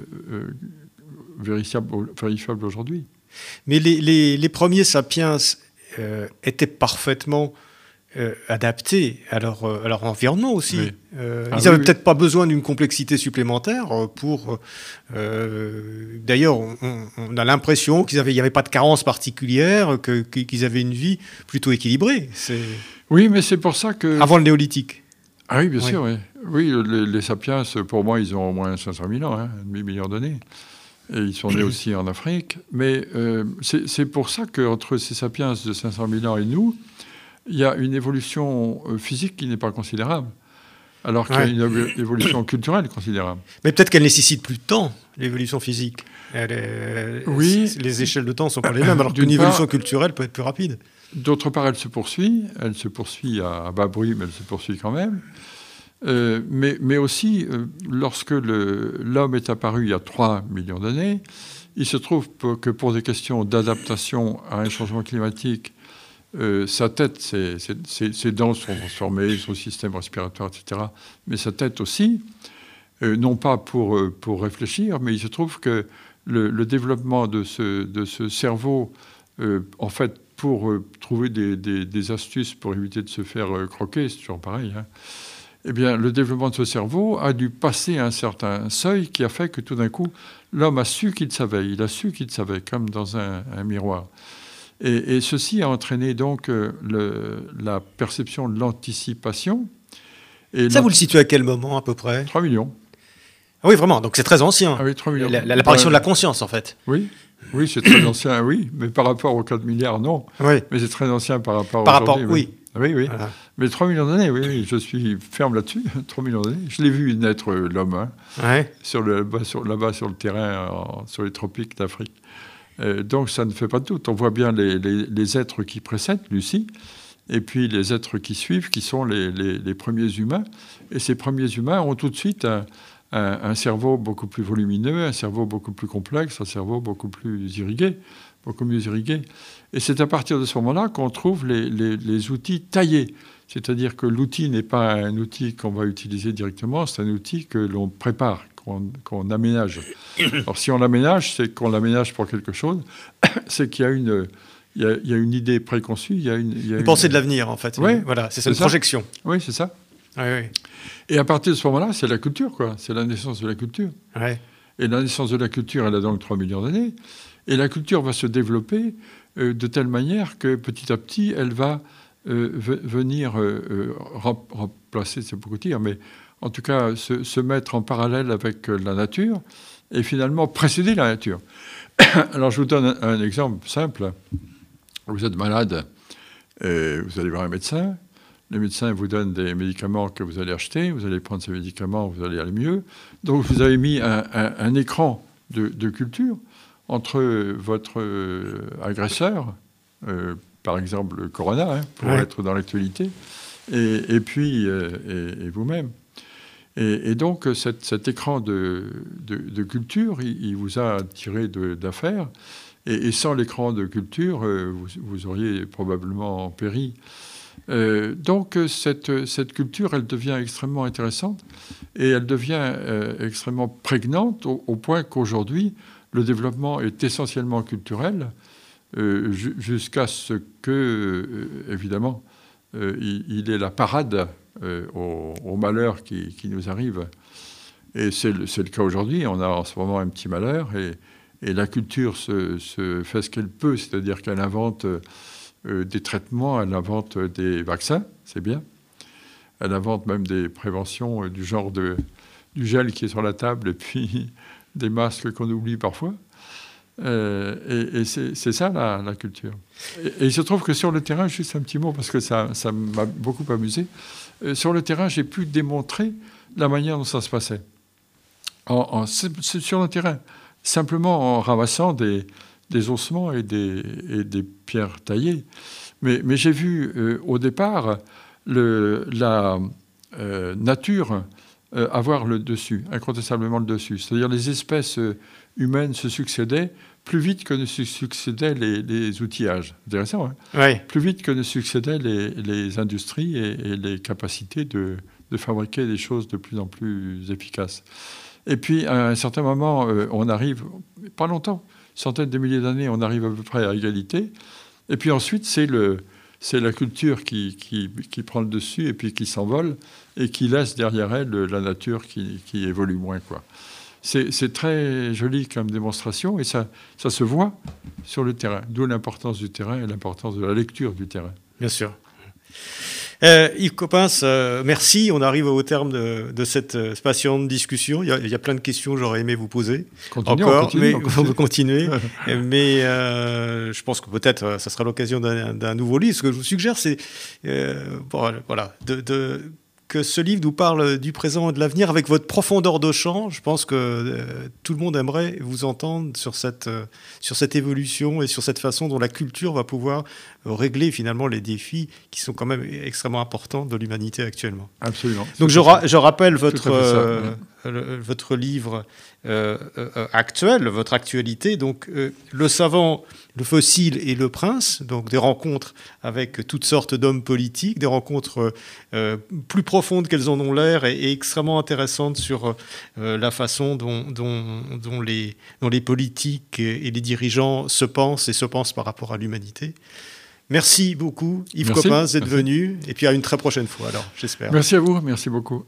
vérifiable aujourd'hui. Mais les premiers sapiens étaient parfaitement adaptés à leur environnement aussi. Oui. Ils n'avaient peut-être pas besoin d'une complexité supplémentaire pour... D'ailleurs, on a l'impression qu'il n'y avait pas de carence particulière, qu'ils avaient une vie plutôt équilibrée. Oui, mais c'est pour ça que... Avant le néolithique. Ah oui, bien sûr, oui. Oui, les sapiens, pour moi, ils ont au moins 500 000 ans, un demi-million d'années. Et ils sont nés aussi en Afrique. Mais c'est pour ça qu'entre ces sapiens de 500 000 ans et nous, il y a une évolution physique qui n'est pas considérable, alors qu'il y a une évolution culturelle considérable. Mais peut-être qu'elle nécessite plus de temps, l'évolution physique. Oui. Les échelles de temps ne sont pas les mêmes, alors qu'une évolution culturelle peut être plus rapide. D'autre part, elle se poursuit à bas bruit, mais elle se poursuit quand même. Mais aussi, lorsque l'homme est apparu il y a 3 millions d'années, il se trouve que pour des questions d'adaptation à un changement climatique, sa tête, ses dents sont transformées, son système respiratoire, etc. Mais sa tête aussi, non pas pour réfléchir, mais il se trouve que le développement de ce cerveau, en fait, pour trouver des astuces pour éviter de se faire croquer, c'est toujours pareil, hein, eh bien, le développement de ce cerveau a dû passer un certain seuil qui a fait que tout d'un coup, l'homme a su qu'il savait. Il a su qu'il savait, comme dans un miroir. Et ceci a entraîné donc la perception de l'anticipation. Et ça, vous le situez à quel moment, à peu près? 3 millions. Ah oui, vraiment, donc c'est très ancien. Ah oui, 3 millions. L'apparition de la conscience, en fait. Oui, c'est très ancien, oui. Mais par rapport aux 4 milliards, non. Oui. Mais c'est très ancien par rapport à aujourd'hui. Oui. Oui. Voilà. Mais 3 millions d'années, oui, je suis ferme là-dessus. 3 millions d'années. Je l'ai vu naître, l'homme, hein, là-bas sur le terrain, sur les tropiques d'Afrique. Donc ça ne fait pas de doute. On voit bien les êtres qui précèdent, Lucie, et puis les êtres qui suivent, qui sont les premiers humains. Et ces premiers humains ont tout de suite un cerveau beaucoup plus volumineux, un cerveau beaucoup plus complexe, un cerveau beaucoup plus irrigué, beaucoup mieux irrigué. Et c'est à partir de ce moment-là qu'on trouve les outils taillés. C'est-à-dire que l'outil n'est pas un outil qu'on va utiliser directement, c'est un outil que l'on prépare, qu'on aménage. Alors si on l'aménage, c'est qu'on l'aménage pour quelque chose, c'est qu'il y a une idée préconçue, il y a une pensée de l'avenir, en fait. Oui, voilà, c'est une projection. Oui, c'est ça. Oui. Et à partir de ce moment-là, c'est la culture, quoi. C'est la naissance de la culture. Oui. Et la naissance de la culture, elle a donc 3 millions d'années. Et la culture va se développer de telle manière que petit à petit, elle va venir remplacer, c'est beaucoup dire, mais en tout cas se mettre en parallèle avec la nature et finalement précéder la nature. Alors je vous donne un exemple simple. Vous êtes malade, vous allez voir un médecin. Les médecins vous donnent des médicaments que vous allez acheter, vous allez prendre ces médicaments, vous allez aller mieux. Donc vous avez mis un écran de culture entre votre agresseur, par exemple le Corona, pour être dans l'actualité, et puis et vous-même. Et donc cet écran de culture, il vous a tiré d'affaire. Et sans l'écran de culture, vous auriez probablement péri. Donc cette culture, elle devient extrêmement intéressante et elle devient extrêmement prégnante au point qu'aujourd'hui, le développement est essentiellement culturel jusqu'à ce que, évidemment, il est la parade au malheur qui nous arrive. Et c'est le cas aujourd'hui. On a en ce moment un petit malheur et la culture se fait ce qu'elle peut, c'est-à-dire qu'elle invente des traitements, elle invente des vaccins, c'est bien. Elle invente même des préventions du genre du gel qui est sur la table et puis des masques qu'on oublie parfois. Et c'est ça la culture. Et il se trouve que sur le terrain, juste un petit mot, parce que ça m'a beaucoup amusé, sur le terrain, j'ai pu démontrer la manière dont ça se passait. Sur le terrain, simplement en ramassant des ossements et des pierres taillées. Mais j'ai vu au départ la nature avoir le dessus, incontestablement le dessus. C'est-à-dire les espèces humaines se succédaient plus vite que ne se succédaient les outillages. Intéressant, hein ? Oui. Plus vite que ne succédaient les industries et les capacités de fabriquer des choses de plus en plus efficaces. Et puis, à un certain moment, on arrive, pas longtemps, centaines de milliers d'années, on arrive à peu près à égalité. Et puis ensuite, c'est la culture qui prend le dessus et puis qui s'envole et qui laisse derrière elle la nature qui évolue moins, quoi. C'est très joli comme démonstration et ça se voit sur le terrain. D'où l'importance du terrain et l'importance de la lecture du terrain. Bien sûr. Yves Coppens, merci. On arrive au terme de cette passionnante discussion. Il y a plein de questions que j'aurais aimé vous poser. On peut continuer. Mais je pense que peut-être ça sera l'occasion d'un nouveau livre. Ce que je vous suggère, c'est que ce livre nous parle du présent et de l'avenir avec votre profondeur de champ. Je pense que tout le monde aimerait vous entendre sur cette évolution et sur cette façon dont la culture va pouvoir régler finalement les défis qui sont quand même extrêmement importants de l'humanité actuellement. Absolument. Donc je rappelle votre livre actuel, votre actualité, donc Le savant, le fossile et le prince, donc des rencontres avec toutes sortes d'hommes politiques, des rencontres plus profondes qu'elles en ont l'air et extrêmement intéressantes sur la façon dont les politiques et les dirigeants se pensent par rapport à l'humanité. Merci beaucoup, Yves Coppens, d'être venu, et puis à une très prochaine fois, alors, j'espère. Merci à vous, merci beaucoup.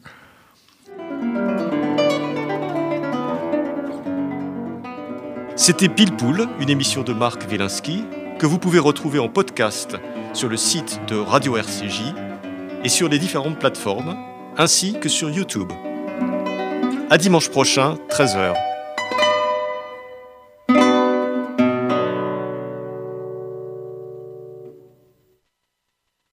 C'était Pile Poule, une émission de Marc Wielinski, que vous pouvez retrouver en podcast sur le site de Radio RCJ et sur les différentes plateformes, ainsi que sur YouTube. À dimanche prochain, 13h.